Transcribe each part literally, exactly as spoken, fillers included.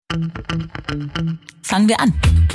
Fangen wir an.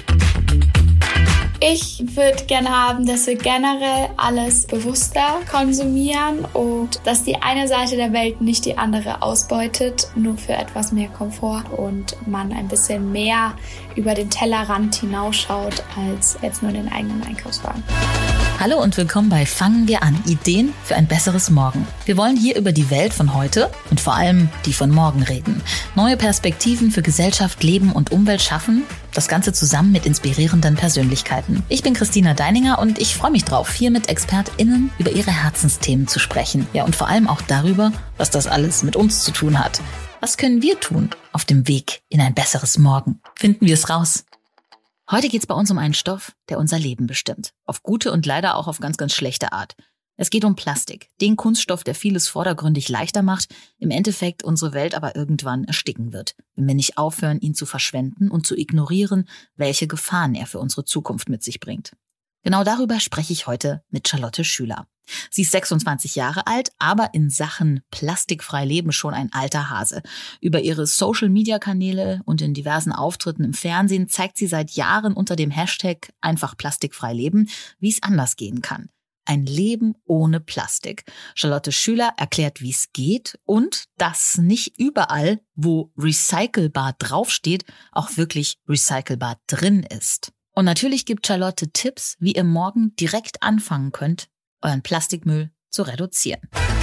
Ich würde gerne haben, dass wir generell alles bewusster konsumieren und dass die eine Seite der Welt nicht die andere ausbeutet, nur für etwas mehr Komfort und man ein bisschen mehr über den Tellerrand hinausschaut, als jetzt nur den eigenen Einkaufswagen. Hallo und willkommen bei Fangen wir an. Ideen für ein besseres Morgen. Wir wollen hier über die Welt von heute und vor allem die von morgen reden. Neue Perspektiven für Gesellschaft, Leben und Umwelt schaffen. Das Ganze zusammen mit inspirierenden Persönlichkeiten. Ich bin Christina Deininger und ich freue mich drauf, hier mit ExpertInnen über ihre Herzensthemen zu sprechen. Ja, und vor allem auch darüber, was das alles mit uns zu tun hat. Was können wir tun auf dem Weg in ein besseres Morgen? Finden wir es raus. Heute geht es bei uns um einen Stoff, der unser Leben bestimmt. Auf gute und leider auch auf ganz, ganz schlechte Art. Es geht um Plastik, den Kunststoff, der vieles vordergründig leichter macht, im Endeffekt unsere Welt aber irgendwann ersticken wird, wenn wir nicht aufhören, ihn zu verschwenden und zu ignorieren, welche Gefahren er für unsere Zukunft mit sich bringt. Genau darüber spreche ich heute mit Charlotte Schüler. Sie ist sechsundzwanzig Jahre alt, aber in Sachen plastikfrei leben schon ein alter Hase. Über ihre Social-Media-Kanäle und in diversen Auftritten im Fernsehen zeigt sie seit Jahren unter dem Hashtag einfach plastikfrei leben, wie es anders gehen kann. Ein Leben ohne Plastik. Charlotte Schüler erklärt, wie es geht und dass nicht überall, wo recycelbar draufsteht, auch wirklich recycelbar drin ist. Und natürlich gibt Charlotte Tipps, wie ihr morgen direkt anfangen könnt, euren Plastikmüll zu reduzieren.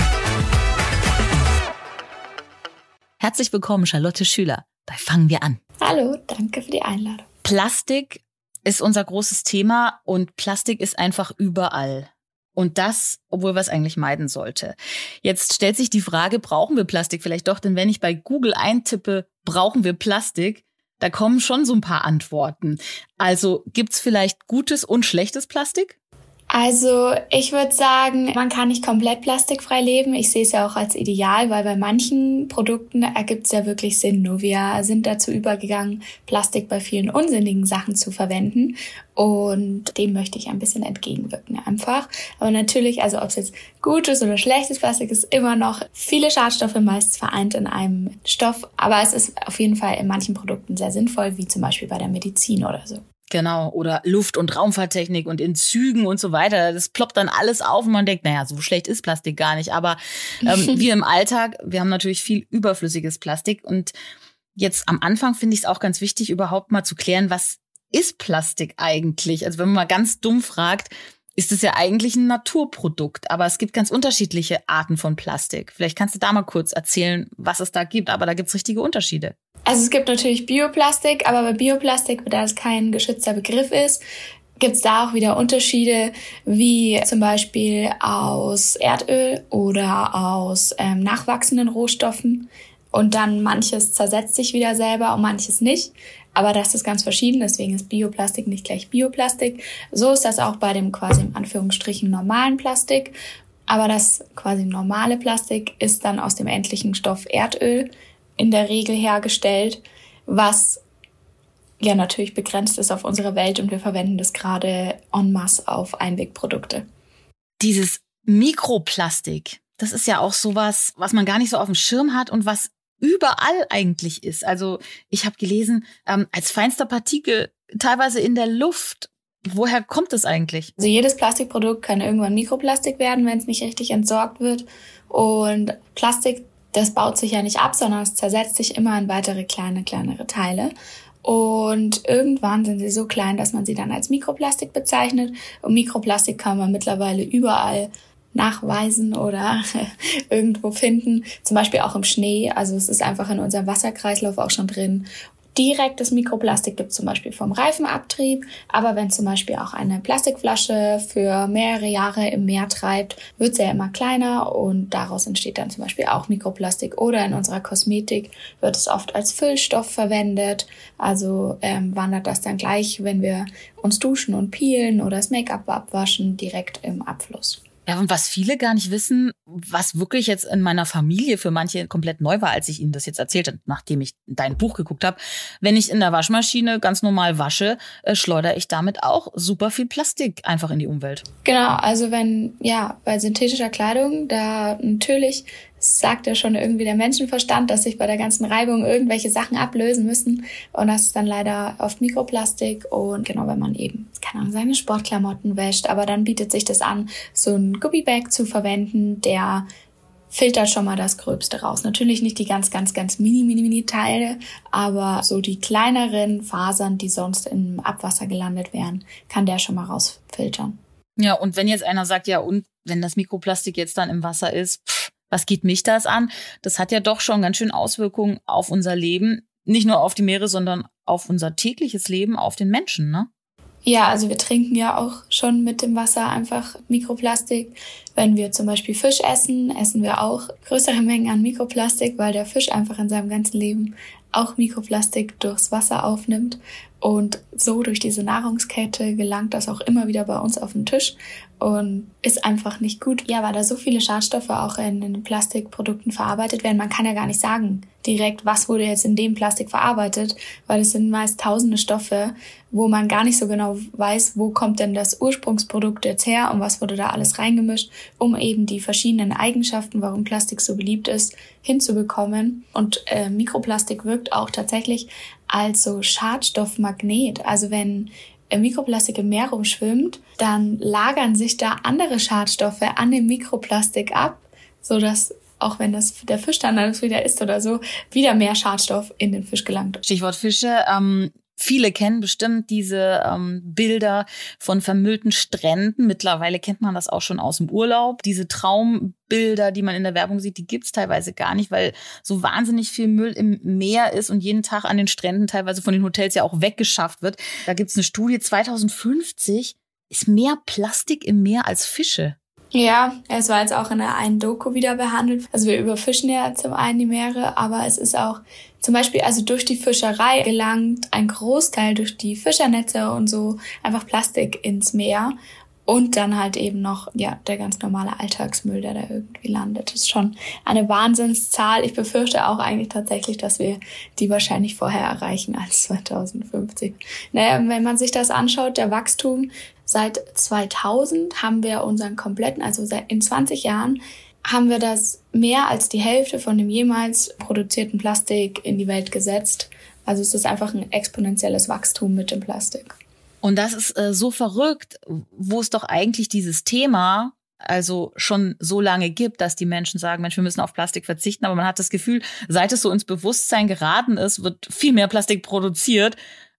Herzlich willkommen, Charlotte Schüler, bei Fangen wir an. Hallo, danke für die Einladung. Plastik ist unser großes Thema und Plastik ist einfach überall. Und das, obwohl wir es eigentlich meiden sollte. Jetzt stellt sich die Frage, brauchen wir Plastik vielleicht doch? Denn wenn ich bei Google eintippe, brauchen wir Plastik, da kommen schon so ein paar Antworten. Also gibt's vielleicht gutes und schlechtes Plastik? Also ich würde sagen, man kann nicht komplett plastikfrei leben. Ich sehe es ja auch als ideal, weil bei manchen Produkten ergibt es ja wirklich Sinn. Nur wir sind dazu übergegangen, Plastik bei vielen unsinnigen Sachen zu verwenden. Und dem möchte ich ein bisschen entgegenwirken einfach. Aber natürlich, also ob es jetzt gutes oder schlechtes Plastik ist, immer noch viele Schadstoffe meist vereint in einem Stoff. Aber es ist auf jeden Fall in manchen Produkten sehr sinnvoll, wie zum Beispiel bei der Medizin oder so. Genau, oder Luft- und Raumfahrttechnik und in Zügen und so weiter. Das ploppt dann alles auf und man denkt, naja, so schlecht ist Plastik gar nicht. Aber ähm, wir im Alltag, wir haben natürlich viel überflüssiges Plastik. Und jetzt am Anfang finde ich es auch ganz wichtig, überhaupt mal zu klären, was ist Plastik eigentlich? Also wenn man mal ganz dumm fragt, ist es ja eigentlich ein Naturprodukt. Aber es gibt ganz unterschiedliche Arten von Plastik. Vielleicht kannst du da mal kurz erzählen, was es da gibt. Aber da gibt es richtige Unterschiede. Also es gibt natürlich Bioplastik, aber bei Bioplastik, da es kein geschützter Begriff ist, gibt es da auch wieder Unterschiede, wie zum Beispiel aus Erdöl oder aus ähm, nachwachsenden Rohstoffen. Und dann manches zersetzt sich wieder selber und manches nicht. Aber das ist ganz verschieden, deswegen ist Bioplastik nicht gleich Bioplastik. So ist das auch bei dem quasi in Anführungsstrichen normalen Plastik. Aber das quasi normale Plastik ist dann aus dem endlichen Stoff Erdöl in der Regel hergestellt, was ja natürlich begrenzt ist auf unsere Welt und wir verwenden das gerade en masse auf Einwegprodukte. Dieses Mikroplastik, das ist ja auch sowas, was man gar nicht so auf dem Schirm hat und was überall eigentlich ist. Also ich habe gelesen, ähm, als feinster Partikel teilweise in der Luft. Woher kommt es eigentlich? Also jedes Plastikprodukt kann irgendwann Mikroplastik werden, wenn es nicht richtig entsorgt wird. Und Plastik, das baut sich ja nicht ab, sondern es zersetzt sich immer in weitere kleine, kleinere Teile. Und irgendwann sind sie so klein, dass man sie dann als Mikroplastik bezeichnet. Und Mikroplastik kann man mittlerweile überall nachweisen oder irgendwo finden. Zum Beispiel auch im Schnee. Also es ist einfach in unserem Wasserkreislauf auch schon drin. Direktes Mikroplastik gibt es zum Beispiel vom Reifenabtrieb, aber wenn zum Beispiel auch eine Plastikflasche für mehrere Jahre im Meer treibt, wird sie ja immer kleiner und daraus entsteht dann zum Beispiel auch Mikroplastik. Oder in unserer Kosmetik wird es oft als Füllstoff verwendet, also ähm, wandert das dann gleich, wenn wir uns duschen und peelen oder das Make-up abwaschen, direkt im Abfluss. Ja, und was viele gar nicht wissen, was wirklich jetzt in meiner Familie für manche komplett neu war, als ich ihnen das jetzt erzählt habe, nachdem ich dein Buch geguckt habe, wenn ich in der Waschmaschine ganz normal wasche, äh, schleudere ich damit auch super viel Plastik einfach in die Umwelt. Genau, also wenn, ja, bei synthetischer Kleidung, da natürlich sagt ja schon irgendwie der Menschenverstand, dass sich bei der ganzen Reibung irgendwelche Sachen ablösen müssen. Und das ist dann leider oft Mikroplastik. Und genau, wenn man eben, keine Ahnung, seine Sportklamotten wäscht, aber dann bietet sich das an, so ein Gummibag zu verwenden, der filtert schon mal das Gröbste raus. Natürlich nicht die ganz, ganz, ganz mini, mini, mini Teile, aber so die kleineren Fasern, die sonst im Abwasser gelandet wären, kann der schon mal rausfiltern. Ja, und wenn jetzt einer sagt, ja, und wenn das Mikroplastik jetzt dann im Wasser ist, pff, was geht mich das an? Das hat ja doch schon ganz schön Auswirkungen auf unser Leben. Nicht nur auf die Meere, sondern auf unser tägliches Leben, auf den Menschen, ne? Ja, also wir trinken ja auch schon mit dem Wasser einfach Mikroplastik. Wenn wir zum Beispiel Fisch essen, essen wir auch größere Mengen an Mikroplastik, weil der Fisch einfach in seinem ganzen Leben auch Mikroplastik durchs Wasser aufnimmt. Und so durch diese Nahrungskette gelangt das auch immer wieder bei uns auf den Tisch und ist einfach nicht gut. Ja, weil da so viele Schadstoffe auch in den Plastikprodukten verarbeitet werden. Man kann ja gar nicht sagen direkt, was wurde jetzt in dem Plastik verarbeitet, weil es sind meist tausende Stoffe, wo man gar nicht so genau weiß, wo kommt denn das Ursprungsprodukt jetzt her und was wurde da alles reingemischt, um eben die verschiedenen Eigenschaften, warum Plastik so beliebt ist, hinzubekommen. Und äh, Mikroplastik wirkt auch tatsächlich als so Schadstoffmagnet. Also wenn Mikroplastik im Meer rumschwimmt, dann lagern sich da andere Schadstoffe an dem Mikroplastik ab, sodass auch wenn das der Fisch dann wieder isst oder so, wieder mehr Schadstoff in den Fisch gelangt. Stichwort Fische. Ähm, viele kennen bestimmt diese ähm, Bilder von vermüllten Stränden. Mittlerweile kennt man das auch schon aus dem Urlaub. Diese Traumbilder, die man in der Werbung sieht, die gibt's teilweise gar nicht, weil so wahnsinnig viel Müll im Meer ist und jeden Tag an den Stränden teilweise von den Hotels ja auch weggeschafft wird. Da gibt's eine Studie, zweitausendfünfzig ist mehr Plastik im Meer als Fische. Ja, es war jetzt auch in der einen Doku wieder behandelt. Also wir überfischen ja zum einen die Meere, aber es ist auch zum Beispiel, also durch die Fischerei gelangt ein Großteil durch die Fischernetze und so einfach Plastik ins Meer. Und dann halt eben noch, ja, der ganz normale Alltagsmüll, der da irgendwie landet. Das ist schon eine Wahnsinnszahl. Ich befürchte auch eigentlich tatsächlich, dass wir die wahrscheinlich vorher erreichen als zweitausendfünfzig. Naja, wenn man sich das anschaut, der Wachstum seit zweitausend haben wir unseren kompletten, also seit in zwanzig Jahren, haben wir das mehr als die Hälfte von dem jemals produzierten Plastik in die Welt gesetzt. Also es ist einfach ein exponentielles Wachstum mit dem Plastik. Und das ist äh, so verrückt, wo es doch eigentlich dieses Thema also schon so lange gibt, dass die Menschen sagen, Mensch, wir müssen auf Plastik verzichten. Aber man hat das Gefühl, seit es so ins Bewusstsein geraten ist, wird viel mehr Plastik produziert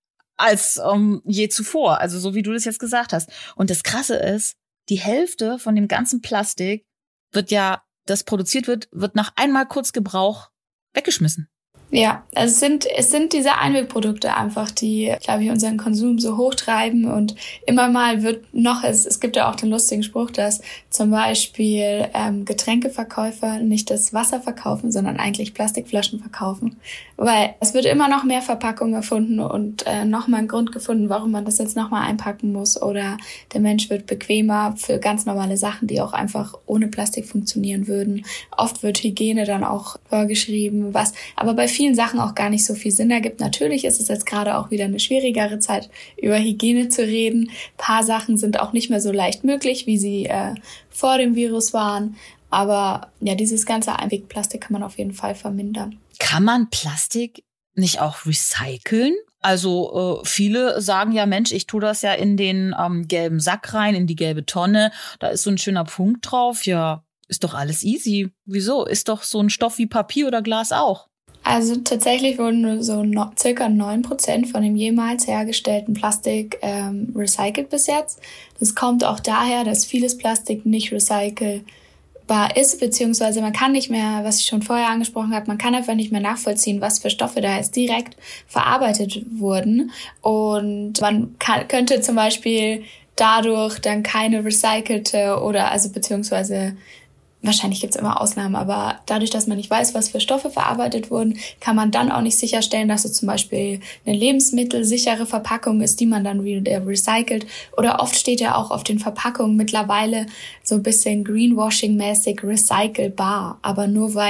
als ähm, je zuvor. Also so wie du das jetzt gesagt hast. Und das Krasse ist, die Hälfte von dem ganzen Plastik wird ja, das produziert wird, wird nach einmal kurz Gebrauch weggeschmissen. Ja, also es sind, es sind diese Einwegprodukte einfach, die, glaube ich, unseren Konsum so hochtreiben und immer mal wird noch, es, es gibt ja auch den lustigen Spruch, dass zum Beispiel ähm, Getränkeverkäufer nicht das Wasser verkaufen, sondern eigentlich Plastikflaschen verkaufen, weil es wird immer noch mehr Verpackung erfunden und äh, nochmal ein Grund gefunden, warum man das jetzt nochmal einpacken muss oder der Mensch wird bequemer für ganz normale Sachen, die auch einfach ohne Plastik funktionieren würden. Oft wird Hygiene dann auch vorgeschrieben, was, aber bei vielen Sachen auch gar nicht so viel Sinn ergibt. Natürlich ist es jetzt gerade auch wieder eine schwierigere Zeit, über Hygiene zu reden. Ein paar Sachen sind auch nicht mehr so leicht möglich, wie sie äh, vor dem Virus waren. Aber ja, dieses ganze Einwegplastik kann man auf jeden Fall vermindern. Kann man Plastik nicht auch recyceln? Also äh, viele sagen ja, Mensch, ich tue das ja in den ähm, gelben Sack rein, in die gelbe Tonne. Da ist so ein schöner Punkt drauf. Ja, ist doch alles easy. Wieso? Ist doch so ein Stoff wie Papier oder Glas auch. Also tatsächlich wurden nur so no, circa neun Prozent von dem jemals hergestellten Plastik ähm, recycelt bis jetzt. Das kommt auch daher, dass vieles Plastik nicht recycelbar ist, beziehungsweise man kann nicht mehr, was ich schon vorher angesprochen habe, man kann einfach nicht mehr nachvollziehen, was für Stoffe da jetzt direkt verarbeitet wurden. Und man kann, könnte zum Beispiel dadurch dann keine recycelte oder also beziehungsweise wahrscheinlich gibt's immer Ausnahmen, aber dadurch, dass man nicht weiß, was für Stoffe verarbeitet wurden, kann man dann auch nicht sicherstellen, dass es zum Beispiel eine lebensmittelsichere Verpackung ist, die man dann wieder recycelt. Oder oft steht ja auch auf den Verpackungen mittlerweile so ein bisschen Greenwashing-mäßig recycelbar. Aber nur weil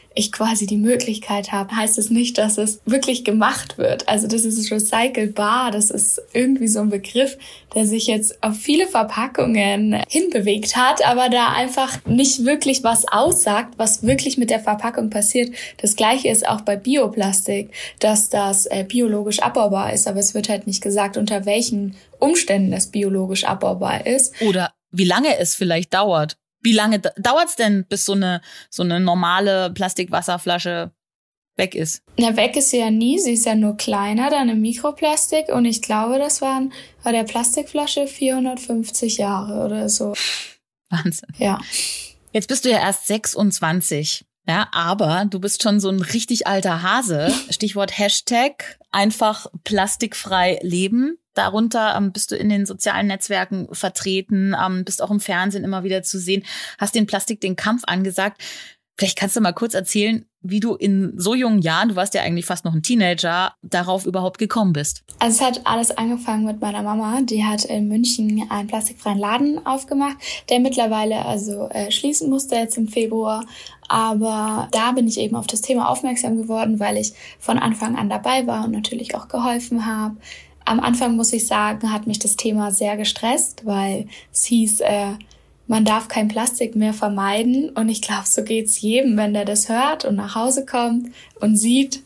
ich quasi die Möglichkeit habe, heißt es nicht, dass es wirklich gemacht wird. Also das ist recycelbar, das ist irgendwie so ein Begriff, der sich jetzt auf viele Verpackungen hinbewegt hat, aber da einfach nicht wirklich was aussagt, was wirklich mit der Verpackung passiert. Das Gleiche ist auch bei Bioplastik, dass das äh, biologisch abbaubar ist, aber es wird halt nicht gesagt, unter welchen Umständen es biologisch abbaubar ist. Oder wie lange es vielleicht dauert. Wie lange dauert's denn, bis so eine so eine normale Plastikwasserflasche weg ist? Na, weg ist sie ja nie. Sie ist ja nur kleiner, dann im Mikroplastik. Und ich glaube, das waren bei der Plastikflasche vierhundertfünfzig Jahre oder so. Wahnsinn. Ja. Jetzt bist du ja erst sechsundzwanzig. Ja, aber du bist schon so ein richtig alter Hase. Stichwort Hashtag einfach plastikfrei leben. Darunter ähm, bist du in den sozialen Netzwerken vertreten, ähm, bist auch im Fernsehen immer wieder zu sehen, hast den Plastik den Kampf angesagt. Vielleicht kannst du mal kurz erzählen, wie du in so jungen Jahren, du warst ja eigentlich fast noch ein Teenager, darauf überhaupt gekommen bist. Also es hat alles angefangen mit meiner Mama. Die hat in München einen plastikfreien Laden aufgemacht, der mittlerweile also äh, schließen musste jetzt im Februar. Aber da bin ich eben auf das Thema aufmerksam geworden, weil ich von Anfang an dabei war und natürlich auch geholfen habe. Am Anfang, muss ich sagen, hat mich das Thema sehr gestresst, weil es hieß, äh, man darf kein Plastik mehr vermeiden. Und ich glaube, so geht's jedem, wenn der das hört und nach Hause kommt und sieht,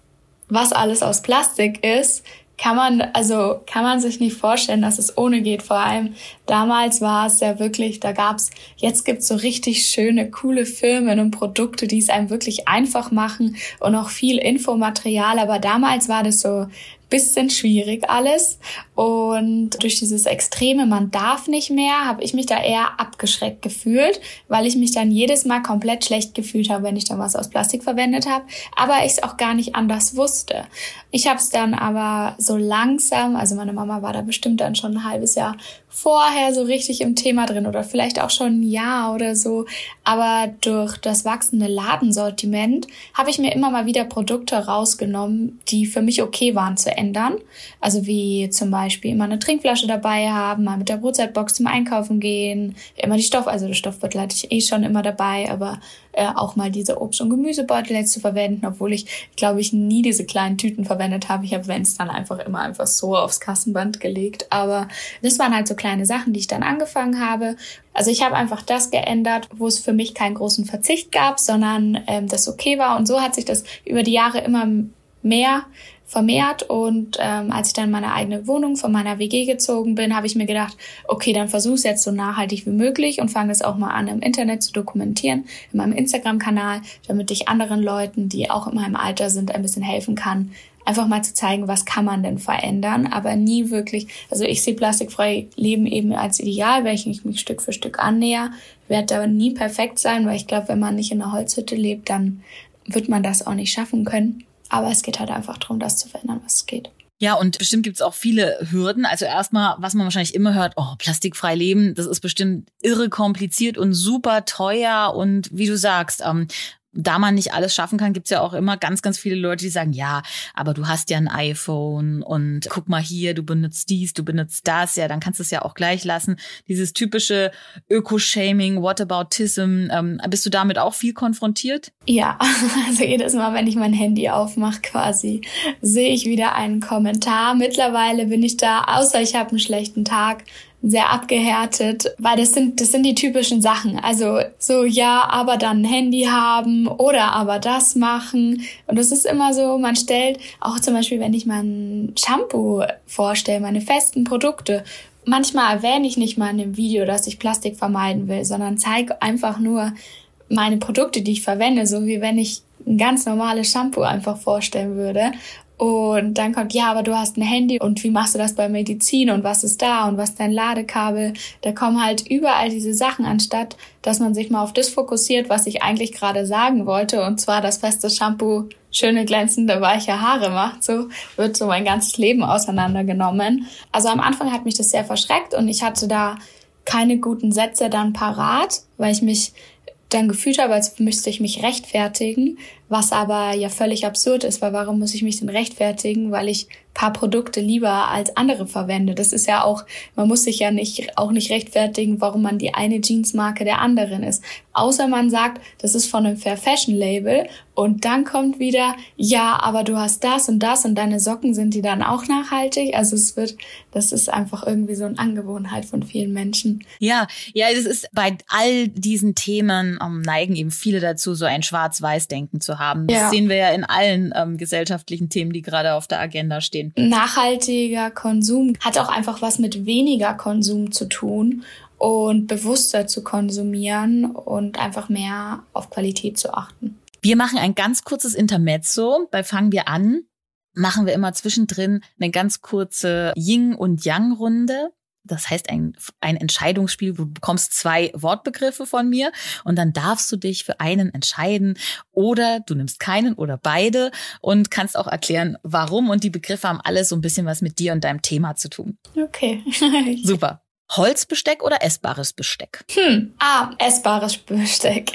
was alles aus Plastik ist. Kann man, also kann man sich nicht vorstellen, dass es ohne geht. Vor allem damals war es ja wirklich, da gab's, jetzt gibt's so richtig schöne, coole Firmen und Produkte, die es einem wirklich einfach machen und auch viel Infomaterial. Aber damals war das so bisschen schwierig alles. Und durch dieses Extreme, man darf nicht mehr, habe ich mich da eher abgeschreckt gefühlt, weil ich mich dann jedes Mal komplett schlecht gefühlt habe, wenn ich dann was aus Plastik verwendet habe, aber ich es auch gar nicht anders wusste. Ich habe es dann aber so langsam, also meine Mama war da bestimmt dann schon ein halbes Jahr vorher so richtig im Thema drin oder vielleicht auch schon ein Jahr oder so, aber durch das wachsende Ladensortiment habe ich mir immer mal wieder Produkte rausgenommen, die für mich okay waren zu ändern. Also wie zum Beispiel immer eine Trinkflasche dabei haben, mal mit der Brotzeitbox zum Einkaufen gehen, immer die Stoff, also das Stoffbeutel hatte ich eh schon immer dabei, aber äh, auch mal diese Obst- und Gemüsebeutel jetzt zu verwenden, obwohl ich, glaube ich, nie diese kleinen Tüten verwendet habe. Ich habe, wenn es dann einfach immer einfach so aufs Kassenband gelegt, aber das waren halt so kleine Sachen, die ich dann angefangen habe. Also ich habe einfach das geändert, wo es für mich keinen großen Verzicht gab, sondern ähm, das okay war. Und so hat sich das über die Jahre immer mehr vermehrt. Und ähm, als ich dann in meine eigene Wohnung von meiner W G gezogen bin, habe ich mir gedacht, okay, dann versuche es jetzt so nachhaltig wie möglich und fange das auch mal an, im Internet zu dokumentieren, in meinem Instagram-Kanal, damit ich anderen Leuten, die auch in meinem Alter sind, ein bisschen helfen kann, einfach mal zu zeigen, was kann man denn verändern, aber nie wirklich, also ich sehe plastikfrei Leben eben als Ideal, welchen ich mich Stück für Stück annäher, werde aber nie perfekt sein, weil ich glaube, wenn man nicht in einer Holzhütte lebt, dann wird man das auch nicht schaffen können. Aber es geht halt einfach darum, das zu verändern, was es geht. Ja, und bestimmt gibt's auch viele Hürden. Also erstmal, was man wahrscheinlich immer hört, oh, plastikfrei leben, das ist bestimmt irre kompliziert und super teuer. Und wie du sagst, ähm, da man nicht alles schaffen kann, gibt's ja auch immer ganz, ganz viele Leute, die sagen, ja, aber du hast ja ein iPhone und guck mal hier, du benutzt dies, du benutzt das, ja, dann kannst du es ja auch gleich lassen. Dieses typische Öko-Shaming, Whataboutism, ähm, bist du damit auch viel konfrontiert? Ja, also jedes Mal, wenn ich mein Handy aufmache quasi, sehe ich wieder einen Kommentar. Mittlerweile bin ich da, außer ich habe einen schlechten Tag, sehr abgehärtet, weil das sind das sind die typischen Sachen. Also so, ja, aber dann ein Handy haben oder aber das machen. Und das ist immer so, man stellt, auch zum Beispiel, wenn ich mein Shampoo vorstelle, meine festen Produkte, manchmal erwähne ich nicht mal in dem Video, dass ich Plastik vermeiden will, sondern zeige einfach nur meine Produkte, die ich verwende, so wie wenn ich ein ganz normales Shampoo einfach vorstellen würde. Und dann kommt, ja, aber du hast ein Handy und wie machst du das bei Medizin und was ist da und was ist dein Ladekabel? Da kommen halt überall diese Sachen, anstatt dass man sich mal auf das fokussiert, was ich eigentlich gerade sagen wollte, und zwar, dass festes Shampoo schöne, glänzende, weiche Haare macht. So wird so mein ganzes Leben auseinandergenommen. Also am Anfang hat mich das sehr verschreckt und ich hatte da keine guten Sätze dann parat, weil ich mich dann gefühlt habe, als müsste ich mich rechtfertigen, was aber ja völlig absurd ist, weil warum muss ich mich denn rechtfertigen, weil ich paar Produkte lieber als andere verwende. Das ist ja auch, man muss sich ja nicht auch nicht rechtfertigen, warum man die eine Jeansmarke der anderen ist. Außer man sagt, das ist von einem Fair Fashion Label und dann kommt wieder, ja, aber du hast das und das und deine Socken, sind die dann auch nachhaltig? Also es wird, das ist einfach irgendwie so eine Angewohnheit von vielen Menschen. Ja, ja, das ist bei all diesen Themen um, neigen eben viele dazu, so ein Schwarz-Weiß-Denken zu haben. Das ja. sehen wir ja in allen ähm, gesellschaftlichen Themen, die gerade auf der Agenda stehen. Nachhaltiger Konsum hat auch einfach was mit weniger Konsum zu tun und bewusster zu konsumieren und einfach mehr auf Qualität zu achten. Wir machen ein ganz kurzes Intermezzo. Bei Fangen wir an machen wir immer zwischendrin eine ganz kurze Yin- und Yang-Runde. Das heißt ein, ein Entscheidungsspiel, du bekommst zwei Wortbegriffe von mir und dann darfst du dich für einen entscheiden oder du nimmst keinen oder beide und kannst auch erklären, warum. Und die Begriffe haben alles so ein bisschen was mit dir und deinem Thema zu tun. Okay. Super. Holzbesteck oder essbares Besteck? Hm, ah, essbares Besteck.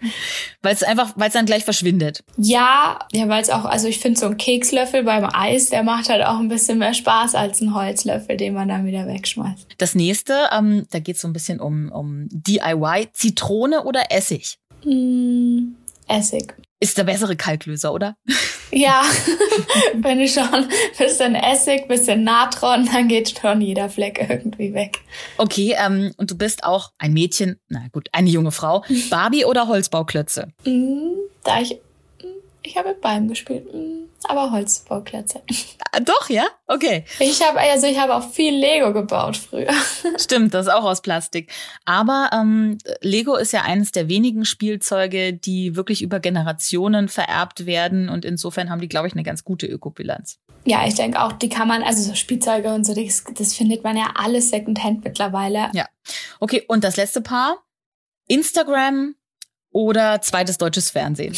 Weil es einfach, weil es dann gleich verschwindet. Ja, ja, weil es auch, also ich finde so ein Kekslöffel beim Eis, der macht halt auch ein bisschen mehr Spaß als ein Holzlöffel, den man dann wieder wegschmeißt. Das nächste, ähm, da geht es so ein bisschen um, um D I Y. Zitrone oder Essig? Hm, Essig. Ist der bessere Kalklöser, oder? Ja, wenn ich schon bisschen Essig, bisschen Natron, dann geht schon jeder Fleck irgendwie weg. Okay, ähm, und du bist auch ein Mädchen, na gut, eine junge Frau. Barbie oder Holzbauklötze? Mm, da ich, ich habe mit beiden gespielt, aber Holzbauklötze. Doch, ja? Okay. Ich habe also ich habe auch viel Lego gebaut früher. Stimmt, das ist auch aus Plastik. Aber ähm, Lego ist ja eines der wenigen Spielzeuge, die wirklich über Generationen vererbt werden. Und insofern haben die, glaube ich, eine ganz gute Ökobilanz. Ja, ich denke auch, die kann man, also so Spielzeuge und so, das, das findet man ja alles Secondhand mittlerweile. Ja. Okay, und das letzte Paar, Instagram oder zweites deutsches Fernsehen?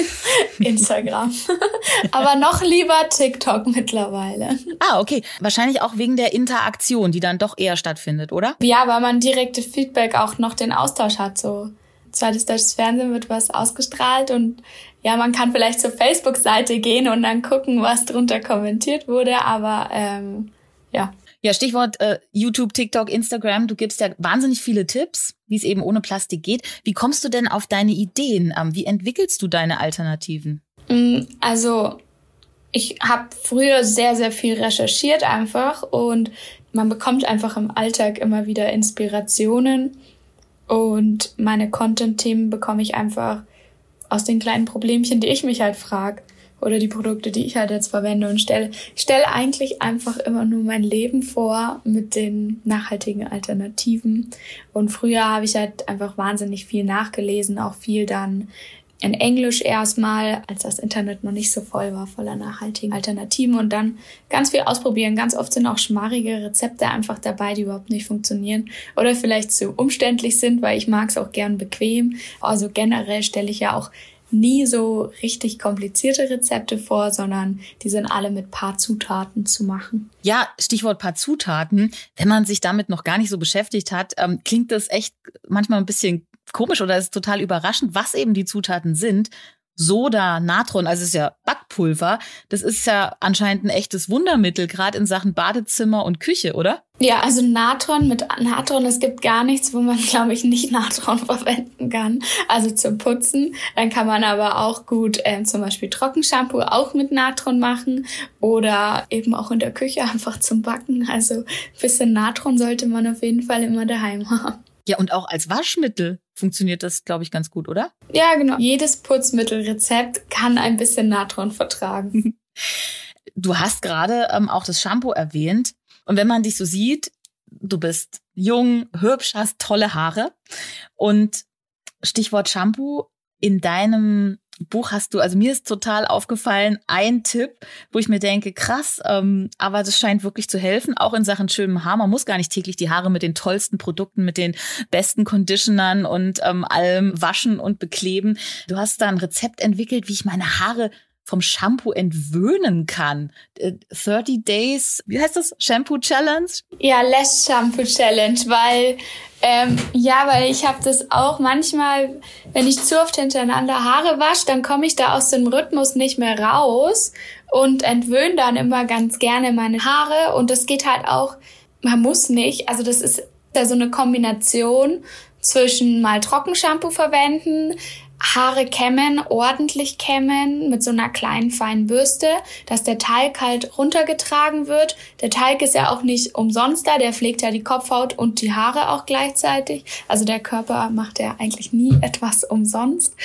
Instagram. Aber noch lieber TikTok mittlerweile. Ah, okay. Wahrscheinlich auch wegen der Interaktion, die dann doch eher stattfindet, oder? Ja, weil man direkte Feedback auch noch den Austausch hat. So zweites deutsches Fernsehen wird was ausgestrahlt und ja, man kann vielleicht zur Facebook-Seite gehen und dann gucken, was drunter kommentiert wurde. Aber ähm, ja. Ja, Stichwort äh, YouTube, TikTok, Instagram. Du gibst ja wahnsinnig viele Tipps, wie es eben ohne Plastik geht. Wie kommst du denn auf deine Ideen? Ähm, wie entwickelst du deine Alternativen? Also ich habe früher sehr, sehr viel recherchiert einfach und man bekommt einfach im Alltag immer wieder Inspirationen und meine Content-Themen bekomme ich einfach aus den kleinen Problemchen, die ich mich halt frage. Oder die Produkte, die ich halt jetzt verwende und stelle. Ich stelle eigentlich einfach immer nur mein Leben vor mit den nachhaltigen Alternativen. Und früher habe ich halt einfach wahnsinnig viel nachgelesen, auch viel dann in Englisch erstmal, als das Internet noch nicht so voll war, voller nachhaltigen Alternativen. Und dann ganz viel ausprobieren. Ganz oft sind auch schmarrige Rezepte einfach dabei, die überhaupt nicht funktionieren. Oder vielleicht zu umständlich sind, weil ich mag es auch gern bequem. Also generell stelle ich ja auch nie so richtig komplizierte Rezepte vor, sondern die sind alle mit paar Zutaten zu machen. Ja, Stichwort paar Zutaten. Wenn man sich damit noch gar nicht so beschäftigt hat, ähm, klingt das echt manchmal ein bisschen komisch oder ist total überraschend, was eben die Zutaten sind. Soda, Natron, also es ist ja Backpulver, das ist ja anscheinend ein echtes Wundermittel, gerade in Sachen Badezimmer und Küche, oder? Ja, also Natron, mit Natron, es gibt gar nichts, wo man, glaube ich, nicht Natron verwenden kann, also zum Putzen. Dann kann man aber auch gut äh, zum Beispiel Trockenshampoo auch mit Natron machen oder eben auch in der Küche einfach zum Backen. Also ein bisschen Natron sollte man auf jeden Fall immer daheim haben. Ja, und auch als Waschmittel funktioniert das, glaube ich, ganz gut, oder? Ja, genau. Jedes Putzmittelrezept kann ein bisschen Natron vertragen. Du hast gerade ähm, auch das Shampoo erwähnt. Und wenn man dich so sieht, du bist jung, hübsch, hast tolle Haare. Und Stichwort Shampoo, in deinem Buch hast du, also mir ist total aufgefallen, ein Tipp, wo ich mir denke, krass, ähm, aber das scheint wirklich zu helfen, auch in Sachen schönem Haar. Man muss gar nicht täglich die Haare mit den tollsten Produkten, mit den besten Conditionern und ähm, allem waschen und bekleben. Du hast da ein Rezept entwickelt, wie ich meine Haare vom Shampoo entwöhnen kann. dreißig Days, wie heißt das? Shampoo Challenge? Ja, Less Shampoo Challenge, weil ähm, ja, weil ich habe das auch manchmal, wenn ich zu oft hintereinander Haare wasche, dann komme ich da aus dem Rhythmus nicht mehr raus und entwöhne dann immer ganz gerne meine Haare. Und das geht halt auch, man muss nicht, also das ist ja so eine Kombination zwischen mal Trockenshampoo verwenden, Haare kämmen, ordentlich kämmen mit so einer kleinen feinen Bürste, dass der Talg halt runtergetragen wird. Der Talg ist ja auch nicht umsonst da, der pflegt ja die Kopfhaut und die Haare auch gleichzeitig. Also der Körper macht ja eigentlich nie etwas umsonst.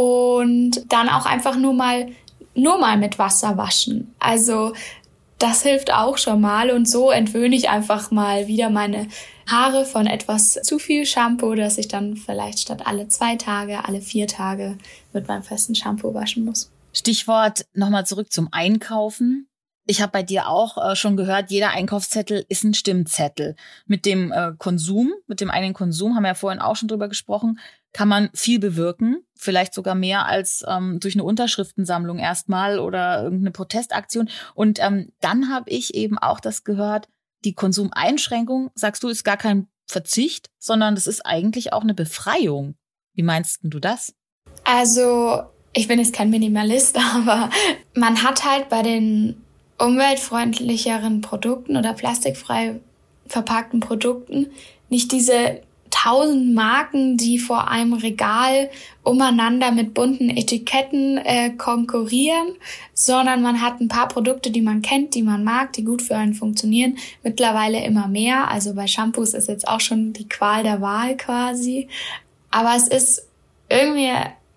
Und dann auch einfach nur mal, nur mal mit Wasser waschen. Also das hilft auch schon mal und so entwöhne ich einfach mal wieder meine Haare von etwas zu viel Shampoo, dass ich dann vielleicht statt alle zwei Tage, alle vier Tage mit meinem festen Shampoo waschen muss. Stichwort nochmal zurück zum Einkaufen. Ich habe bei dir auch äh, schon gehört, jeder Einkaufszettel ist ein Stimmzettel. Mit dem äh, Konsum, mit dem eigenen Konsum, haben wir ja vorhin auch schon drüber gesprochen, kann man viel bewirken. Vielleicht sogar mehr als ähm, durch eine Unterschriftensammlung erstmal oder irgendeine Protestaktion. Und ähm, dann habe ich eben auch das gehört, die Konsumeinschränkung, sagst du, ist gar kein Verzicht, sondern das ist eigentlich auch eine Befreiung. Wie meinst du das? Also, ich bin jetzt kein Minimalist, aber man hat halt bei den umweltfreundlicheren Produkten oder plastikfrei verpackten Produkten nicht diese tausend Marken, die vor einem Regal umeinander mit bunten Etiketten äh, konkurrieren, sondern man hat ein paar Produkte, die man kennt, die man mag, die gut für einen funktionieren. Mittlerweile immer mehr. Also bei Shampoos ist jetzt auch schon die Qual der Wahl quasi. Aber es ist irgendwie,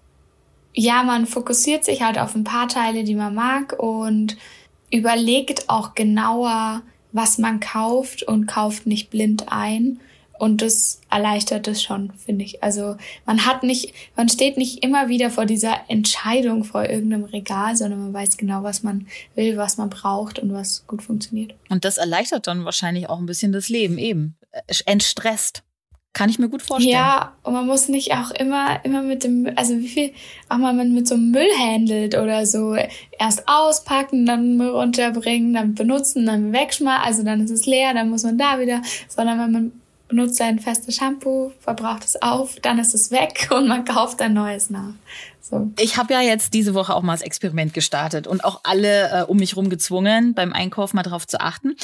ja, man fokussiert sich halt auf ein paar Teile, die man mag und überlegt auch genauer, was man kauft und kauft nicht blind ein. Und das erleichtert es schon, finde ich. Also man hat nicht, man steht nicht immer wieder vor dieser Entscheidung vor irgendeinem Regal, sondern man weiß genau, was man will, was man braucht und was gut funktioniert. Und das erleichtert dann wahrscheinlich auch ein bisschen das Leben eben. Entstresst. Kann ich mir gut vorstellen. Ja, und man muss nicht auch immer, immer mit dem, also wie viel auch mal man mit so einem Müll handelt oder so. Erst auspacken, dann Müll runterbringen, dann benutzen, dann wegschmeißen, also dann ist es leer, dann muss man da wieder, sondern wenn man benutzt sein festes Shampoo, verbraucht es auf, dann ist es weg und man kauft ein neues nach. So. Ich habe ja jetzt diese Woche auch mal das Experiment gestartet und auch alle äh, um mich rum gezwungen, beim Einkauf mal drauf zu achten.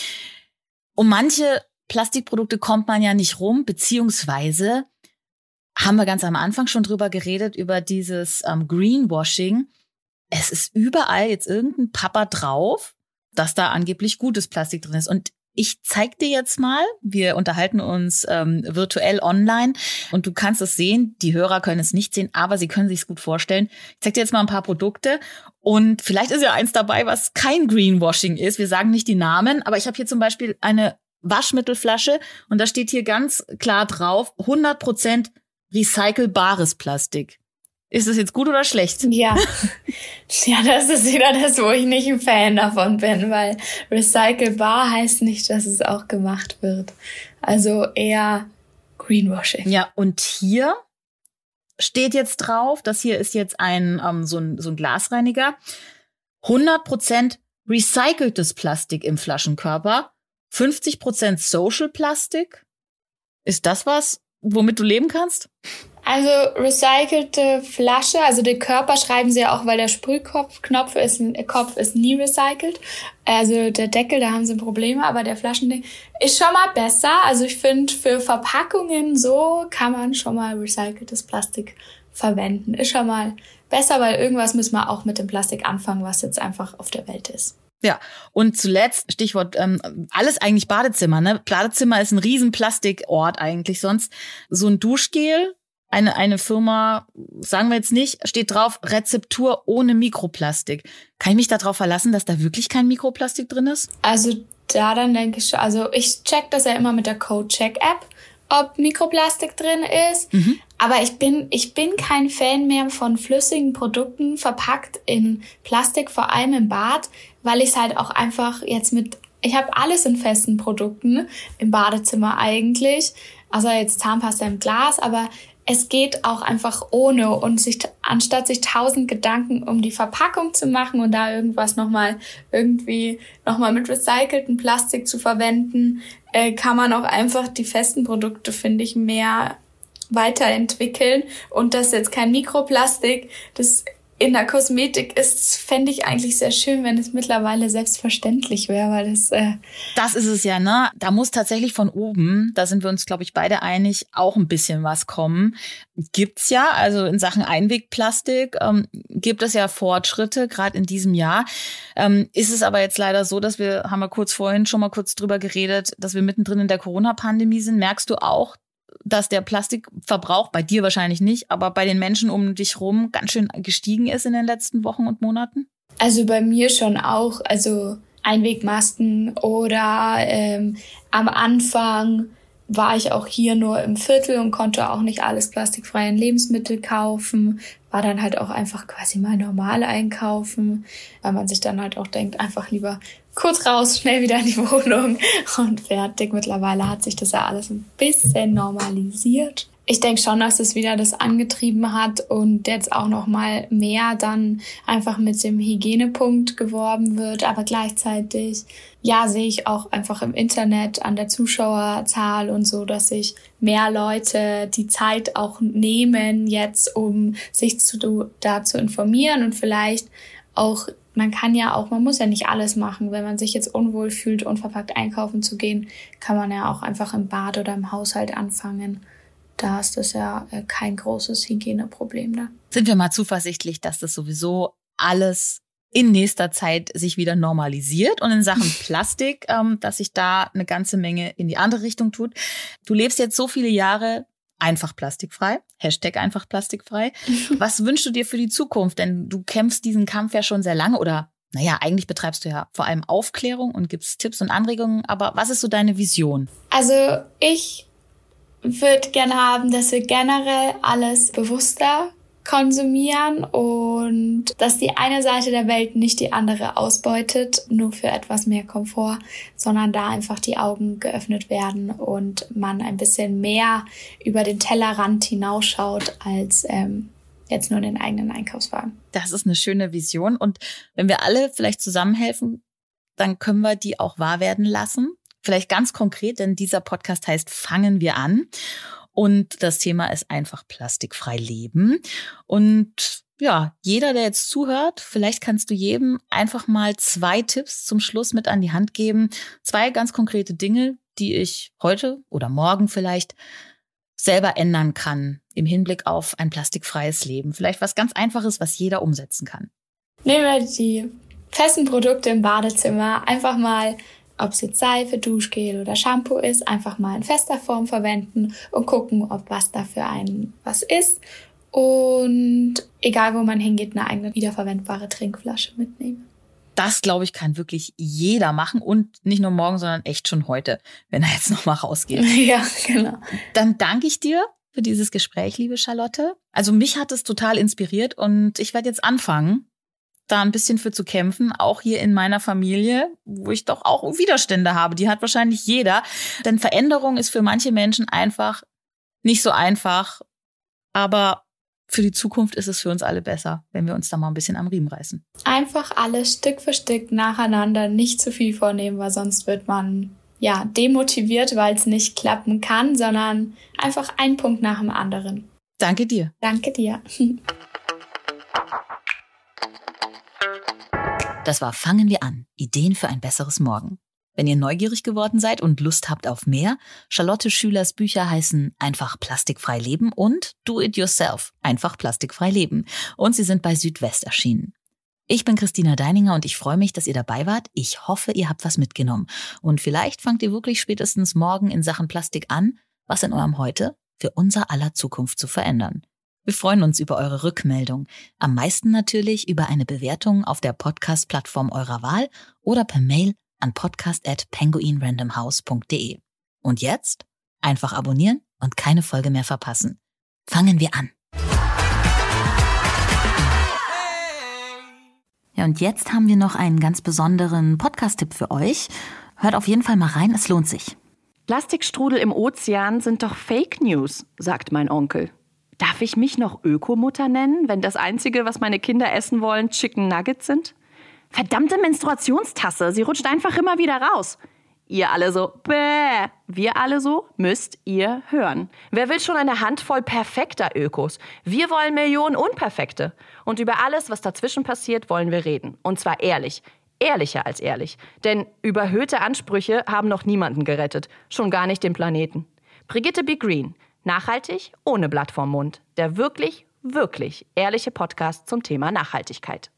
Um manche Plastikprodukte kommt man ja nicht rum, beziehungsweise haben wir ganz am Anfang schon drüber geredet, über dieses ähm, Greenwashing. Es ist überall jetzt irgendein Papa drauf, dass da angeblich gutes Plastik drin ist. Und ich zeig dir jetzt mal, wir unterhalten uns ähm, virtuell online und du kannst es sehen, die Hörer können es nicht sehen, aber sie können sich es gut vorstellen. Ich zeig dir jetzt mal ein paar Produkte und vielleicht ist ja eins dabei, was kein Greenwashing ist. Wir sagen nicht die Namen, aber ich habe hier zum Beispiel eine Waschmittelflasche und da steht hier ganz klar drauf, hundert Prozent recycelbares Plastik. Ist das jetzt gut oder schlecht? Ja, ja, das ist wieder das, wo ich nicht ein Fan davon bin, weil recycelbar heißt nicht, dass es auch gemacht wird. Also eher Greenwashing. Ja, und hier steht jetzt drauf, das hier ist jetzt ein ähm, so ein so ein Glasreiniger, hundert Prozent recyceltes Plastik im Flaschenkörper, fünfzig Prozent Social Plastik. Ist das was, womit du leben kannst? Also recycelte Flasche, also den Körper schreiben sie ja auch, weil der Sprühkopf Knopf ist, Kopf ist nie recycelt. Also der Deckel, da haben sie Probleme, aber der Flaschending ist schon mal besser. Also ich finde, für Verpackungen so kann man schon mal recyceltes Plastik verwenden. Ist schon mal besser, weil irgendwas müssen wir auch mit dem Plastik anfangen, was jetzt einfach auf der Welt ist. Ja, und zuletzt, Stichwort, ähm, alles eigentlich Badezimmer, ne? Badezimmer ist ein riesen Plastikort eigentlich sonst. So ein Duschgel, eine eine Firma, sagen wir jetzt nicht, steht drauf, Rezeptur ohne Mikroplastik. Kann ich mich darauf verlassen, dass da wirklich kein Mikroplastik drin ist? Also da dann denke ich schon, also ich check das ja immer mit der Code-Check-App, ob Mikroplastik drin ist. Mhm. Aber ich bin ich bin kein Fan mehr von flüssigen Produkten verpackt in Plastik, vor allem im Bad, weil ich es halt auch einfach jetzt mit, ich habe alles in festen Produkten im Badezimmer eigentlich, also jetzt Zahnpasta im Glas, aber es geht auch einfach ohne und sich anstatt sich tausend Gedanken um die Verpackung zu machen und da irgendwas nochmal irgendwie nochmal mit recyceltem Plastik zu verwenden, äh, kann man auch einfach die festen Produkte, finde ich, mehr weiterentwickeln. Und das ist jetzt kein Mikroplastik, das in der Kosmetik ist, fände ich eigentlich sehr schön, wenn es mittlerweile selbstverständlich wäre, weil das... Äh das ist es ja, ne? Da muss tatsächlich von oben, da sind wir uns, glaube ich, beide einig, auch ein bisschen was kommen. Gibt's ja, also in Sachen Einwegplastik ähm, gibt es ja Fortschritte, gerade in diesem Jahr. Ähm, ist es aber jetzt leider so, dass wir, haben wir kurz vorhin schon mal kurz drüber geredet, dass wir mittendrin in der Corona-Pandemie sind. Merkst du auch, dass der Plastikverbrauch, bei dir wahrscheinlich nicht, aber bei den Menschen um dich rum ganz schön gestiegen ist in den letzten Wochen und Monaten? Also bei mir schon auch. Also Einwegmasken oder ähm, am Anfang war ich auch hier nur im Viertel und konnte auch nicht alles plastikfreie Lebensmittel kaufen. War dann halt auch einfach quasi mal normal einkaufen, weil man sich dann halt auch denkt, einfach lieber kurz raus, schnell wieder in die Wohnung und fertig. Mittlerweile hat sich das ja alles ein bisschen normalisiert. Ich denke schon, dass es wieder das angetrieben hat und jetzt auch noch mal mehr dann einfach mit dem Hygienepunkt geworben wird. Aber gleichzeitig, ja, sehe ich auch einfach im Internet an der Zuschauerzahl und so, dass sich mehr Leute die Zeit auch nehmen jetzt, um sich zu, da zu informieren und vielleicht auch, man kann ja auch, man muss ja nicht alles machen. Wenn man sich jetzt unwohl fühlt, unverpackt einkaufen zu gehen, kann man ja auch einfach im Bad oder im Haushalt anfangen. Da ist das ja kein großes Hygieneproblem da. Sind wir mal zuversichtlich, dass das sowieso alles in nächster Zeit sich wieder normalisiert und in Sachen Plastik, ähm, dass sich da eine ganze Menge in die andere Richtung tut. Du lebst jetzt so viele Jahre einfach plastikfrei, Hashtag einfach plastikfrei. Was wünschst du dir für die Zukunft? Denn du kämpfst diesen Kampf ja schon sehr lange oder naja, eigentlich betreibst du ja vor allem Aufklärung und gibst Tipps und Anregungen. Aber was ist so deine Vision? Also ich würde gerne haben, dass wir generell alles bewusster konsumieren und dass die eine Seite der Welt nicht die andere ausbeutet, nur für etwas mehr Komfort, sondern da einfach die Augen geöffnet werden und man ein bisschen mehr über den Tellerrand hinausschaut als ähm, jetzt nur in den eigenen Einkaufswagen. Das ist eine schöne Vision und wenn wir alle vielleicht zusammenhelfen, dann können wir die auch wahr werden lassen. Vielleicht ganz konkret, denn dieser Podcast heißt Fangen wir an. Und das Thema ist einfach plastikfrei leben. Und ja, jeder, der jetzt zuhört, vielleicht kannst du jedem einfach mal zwei Tipps zum Schluss mit an die Hand geben. Zwei ganz konkrete Dinge, die ich heute oder morgen vielleicht selber ändern kann im Hinblick auf ein plastikfreies Leben. Vielleicht was ganz Einfaches, was jeder umsetzen kann. Nehmen wir die festen Produkte im Badezimmer. Einfach mal, ob es jetzt Seife, Duschgel oder Shampoo ist, einfach mal in fester Form verwenden und gucken, ob was da für einen was ist. Und egal, wo man hingeht, eine eigene wiederverwendbare Trinkflasche mitnehmen. Das, glaube ich, kann wirklich jeder machen und nicht nur morgen, sondern echt schon heute, wenn er jetzt noch mal rausgeht. Ja, genau. Dann danke ich dir für dieses Gespräch, liebe Charlotte. Also mich hat es total inspiriert und ich werde jetzt anfangen, da ein bisschen für zu kämpfen, auch hier in meiner Familie, wo ich doch auch Widerstände habe. Die hat wahrscheinlich jeder. Denn Veränderung ist für manche Menschen einfach nicht so einfach. Aber für die Zukunft ist es für uns alle besser, wenn wir uns da mal ein bisschen am Riemen reißen. Einfach alles Stück für Stück nacheinander, nicht zu viel vornehmen, weil sonst wird man ja demotiviert, weil es nicht klappen kann, sondern einfach ein Punkt nach dem anderen. Danke dir. Danke dir. Das war Fangen wir an. Ideen für ein besseres Morgen. Wenn ihr neugierig geworden seid und Lust habt auf mehr, Charlotte Schülers Bücher heißen Einfach plastikfrei leben und Do It Yourself, einfach plastikfrei leben. Und sie sind bei Südwest erschienen. Ich bin Christina Deininger und ich freue mich, dass ihr dabei wart. Ich hoffe, ihr habt was mitgenommen. Und vielleicht fangt ihr wirklich spätestens morgen in Sachen Plastik an, was in eurem Heute für unser aller Zukunft zu verändern. Wir freuen uns über eure Rückmeldung. Am meisten natürlich über eine Bewertung auf der Podcast-Plattform eurer Wahl oder per Mail an podcast at penguin random house punkt de. Und jetzt einfach abonnieren und keine Folge mehr verpassen. Fangen wir an. Ja, und jetzt haben wir noch einen ganz besonderen Podcast-Tipp für euch. Hört auf jeden Fall mal rein, es lohnt sich. Plastikstrudel im Ozean sind doch Fake News, sagt mein Onkel. Darf ich mich noch Ökomutter nennen, wenn das Einzige, was meine Kinder essen wollen, Chicken Nuggets sind? Verdammte Menstruationstasse, sie rutscht einfach immer wieder raus. Ihr alle so, bäh. Wir alle so, müsst ihr hören. Wer will schon eine Handvoll perfekter Ökos? Wir wollen Millionen Unperfekte. Und über alles, was dazwischen passiert, wollen wir reden. Und zwar ehrlich. Ehrlicher als ehrlich. Denn überhöhte Ansprüche haben noch niemanden gerettet. Schon gar nicht den Planeten. Brigitte B. Green. Nachhaltig, ohne Blatt vorm Mund. Der wirklich, wirklich ehrliche Podcast zum Thema Nachhaltigkeit.